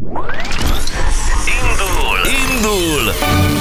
Indul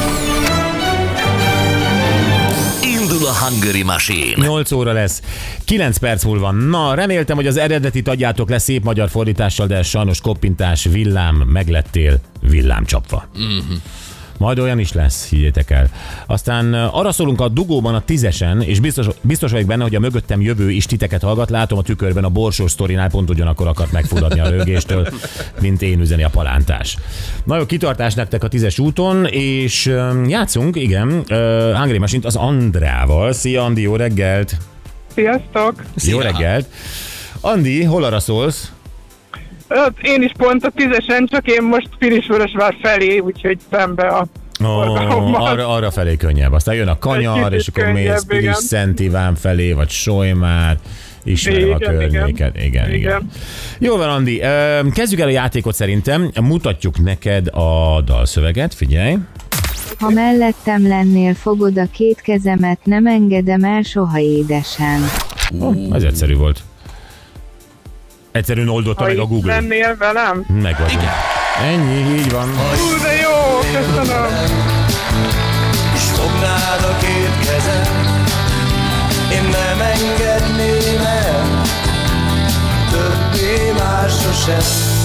a Hungary Machine. 8 óra lesz. 9 perc múlva. Na, reméltem, hogy az eredetit adjátok le szép magyar fordítással, de sajnos koppintás, villám, meglettél villámcsapva. Majd olyan is lesz, higgyétek el. Aztán arra szólunk a dugóban a 10-esen, és biztos vagyok benne, hogy a mögöttem jövő is titeket hallgat. Látom a tükörben a borsós sztorinál pont ugyanakkor akart megfulladni a rögéstől, mint én üzeni a palántás. Na jó, kitartás nektek a 10-es úton, és játszunk, igen, Hungary Machine-t az Andrával. Szia, Andi, jó reggelt! Sziasztok! Jó reggelt! Andi, hol arra szólsz? Én is pont a 10-esen, csak én most Pilisvörösvár felé, úgyhogy szembe a arra felé könnyebb. Aztán jön a Kanyar, és akkor mész Pilis-Szent Iván felé, vagy Solymár, ismerem a környéket. Igen. Jó van, Andi, kezdjük el a játékot szerintem. Mutatjuk neked a dalszöveget, figyelj. Ha mellettem lennél, fogod a két kezemet, nem engedem el soha édesen. Ez egyszerű volt. Egyszerűen oldotta meg a Google. Ha lennél velem? Meg vagy. Ennyi, így van. De jó, köszönöm. És fognád a két kezem, én nem engedném el, többé más sosem,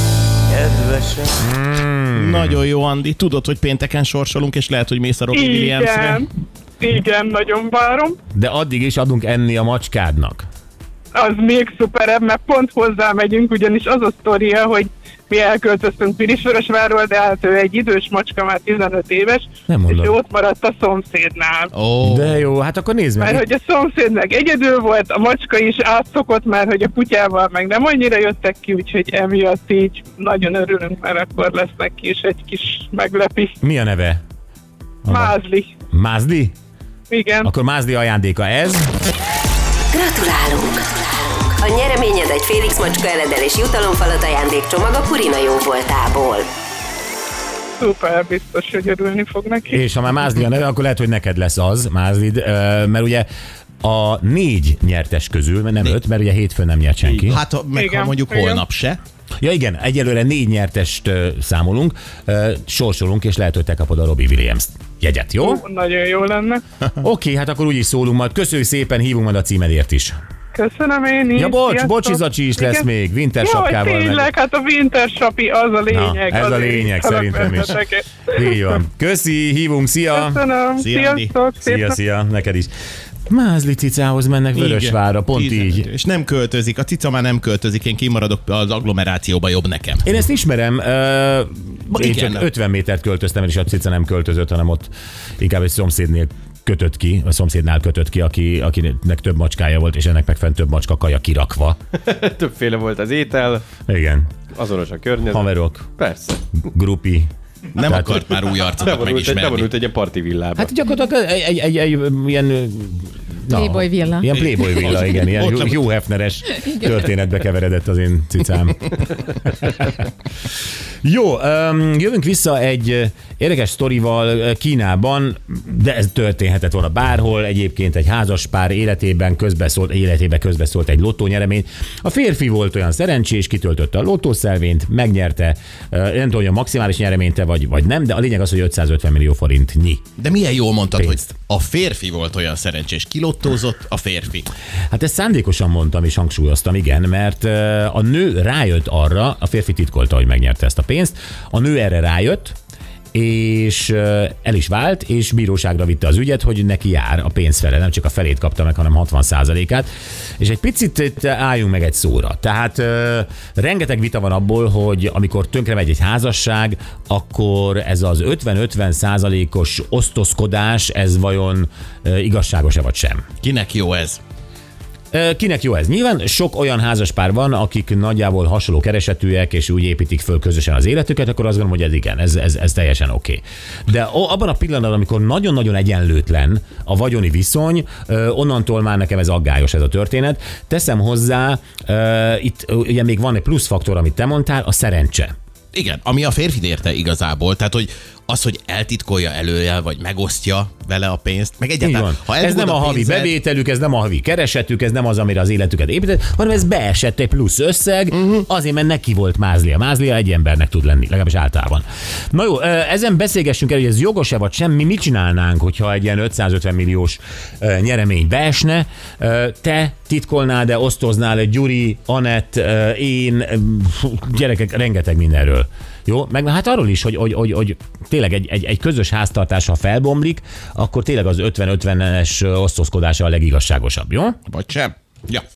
kedvesem. Nagyon jó, Andi. Tudod, hogy pénteken sorsolunk, és lehet, hogy mész a Robbie Williamsre. Igen, nagyon várom. De addig is adunk enni a macskádnak. Az még szuperebb, mert pont hozzá megyünk, ugyanis az a sztoria, hogy mi elköltöztünk Pilisvörösvárról, de hát ő egy idős macska, már 15 éves, és ő ott maradt a szomszédnál. De jó, hát akkor nézd meg. Mert hogy a szomszéd meg egyedül volt, a macska is átszokott már, hogy a kutyával meg nem annyira jöttek ki, úgyhogy emiatt így nagyon örülünk, mert akkor lesz neki is egy kis meglepi. Mi a neve? Mázli. Mázli? Igen. Akkor Mázli ajándéka ez. Gratulálunk! A nyereményed egy Félix macska eledelés jutalomfalat ajándékcsomag a Purina jó voltából. Szuper, biztos, hogy örülni fog neki. És ha már Mázli a neve, akkor lehet, hogy neked lesz az, Mázlid, mert ugye a 4 nyertes közül, nem 5, mert ugye hétfőn nem nyert senki. Hát meg ha mondjuk holnap se. Ja igen, egyelőre 4 nyertest számolunk, sorsolunk, és lehet, hogy te kapod a Robbie Williams jegyet, jó? Nagyon jó lenne. Oké, hát akkor úgy is szólunk majd. Köszönjük szépen, hívunk majd a címedért is. Köszönöm én is. Ja, bocsizacsi is lesz még, winter sapkával. Jaj, tényleg, hát a winter sapi, az a lényeg. Na, ez a lényeg szerintem is. Így van. Köszi, hívunk, szia! Köszönöm, sziasztok! Szia, neked is. Mázli cicához mennek Vörösvárra, pont így. És nem költözik, a cica már nem költözik, én kimaradok az agglomerációba, jobb nekem. Én ezt ismerem, én csak 50 métert költöztem, és a cica nem költözött, hanem ott inkább egy szomszédnál kötött ki, akinek több macskája volt, és ennek megfelelően több macska kaja kirakva. Többféle volt az étel. Igen. Azonos a környezet. Haverok. Persze. Grupi. Nem akart már új arcokat megismerni. Bevonult egy ilyen parti villába. Hát gyakorlatilag egy ilyen... Playboy villa. Ilyen Playboy villa, igen. Ilyen Hugh Hefneres történetbe keveredett az én cicám. Jó, jövünk vissza egy érdekes sztorival Kínában, de ez történhetett volna bárhol. Egyébként egy házaspár életébe közbeszólt egy lottónyeremény. A férfi volt olyan szerencsés, kitöltötte a lottószelvényt, megnyerte, nem tudom, hogy a maximális nyereményt vagy nem, de a lényeg az, hogy 550 millió forintnyi. De milyen jól mondtad, pénzt. hogy a férfi volt olyan szerencsés. Kilottózott a férfi. Hát ezt szándékosan mondtam és hangsúlyoztam, igen, mert a nő rájött arra, a férfi titkolta, hogy megnyerte ezt a pénzt, a nő erre rájött, és el is vált, és bíróságra vitte az ügyet, hogy neki jár a pénz fele, nem csak a felét kapta meg, hanem 60%-át, és egy picit álljunk meg egy szóra. Tehát rengeteg vita van abból, hogy amikor tönkre megy egy házasság, akkor ez az 50-50%-os osztozkodás, ez vajon igazságos-e vagy sem? Kinek jó ez? Kinek jó ez? Nyilván sok olyan házaspár van, akik nagyjából hasonló keresetűek, és úgy építik föl közösen az életüket, akkor azt gondolom, hogy ez igen, ez teljesen oké. De abban a pillanatban, amikor nagyon-nagyon egyenlőtlen a vagyoni viszony, onnantól már nekem ez aggályos ez a történet. Teszem hozzá, itt ugye még van egy plusz faktor, amit te mondtál, a szerencse. Igen, ami a férfit érte igazából, tehát hogy az, hogy eltitkolja előle, vagy megosztja vele a pénzt, meg egyáltalán, ha ez nem a havi bevételük, ez nem a havi keresetük, ez nem az, amire az életüket épített, hanem ez beesett egy plusz összeg, azért, mert neki volt mázlia. Mázlia egy embernek tud lenni, legalábbis általában. Na jó, ezen beszélgessünk el, hogy ez jogos-e vagy sem, mi mit csinálnánk, hogyha egy ilyen 550 milliós nyeremény beesne, te titkolnád-e, osztoznál-e, Gyuri, Anett, én, gyerekek, rengeteg mindenről. Jó, meg hát arról is, hogy tényleg egy közös háztartás, ha felbomlik, akkor tényleg az 50-50-es osztozkodása a legigazságosabb, jó? Vagy sem. Ja.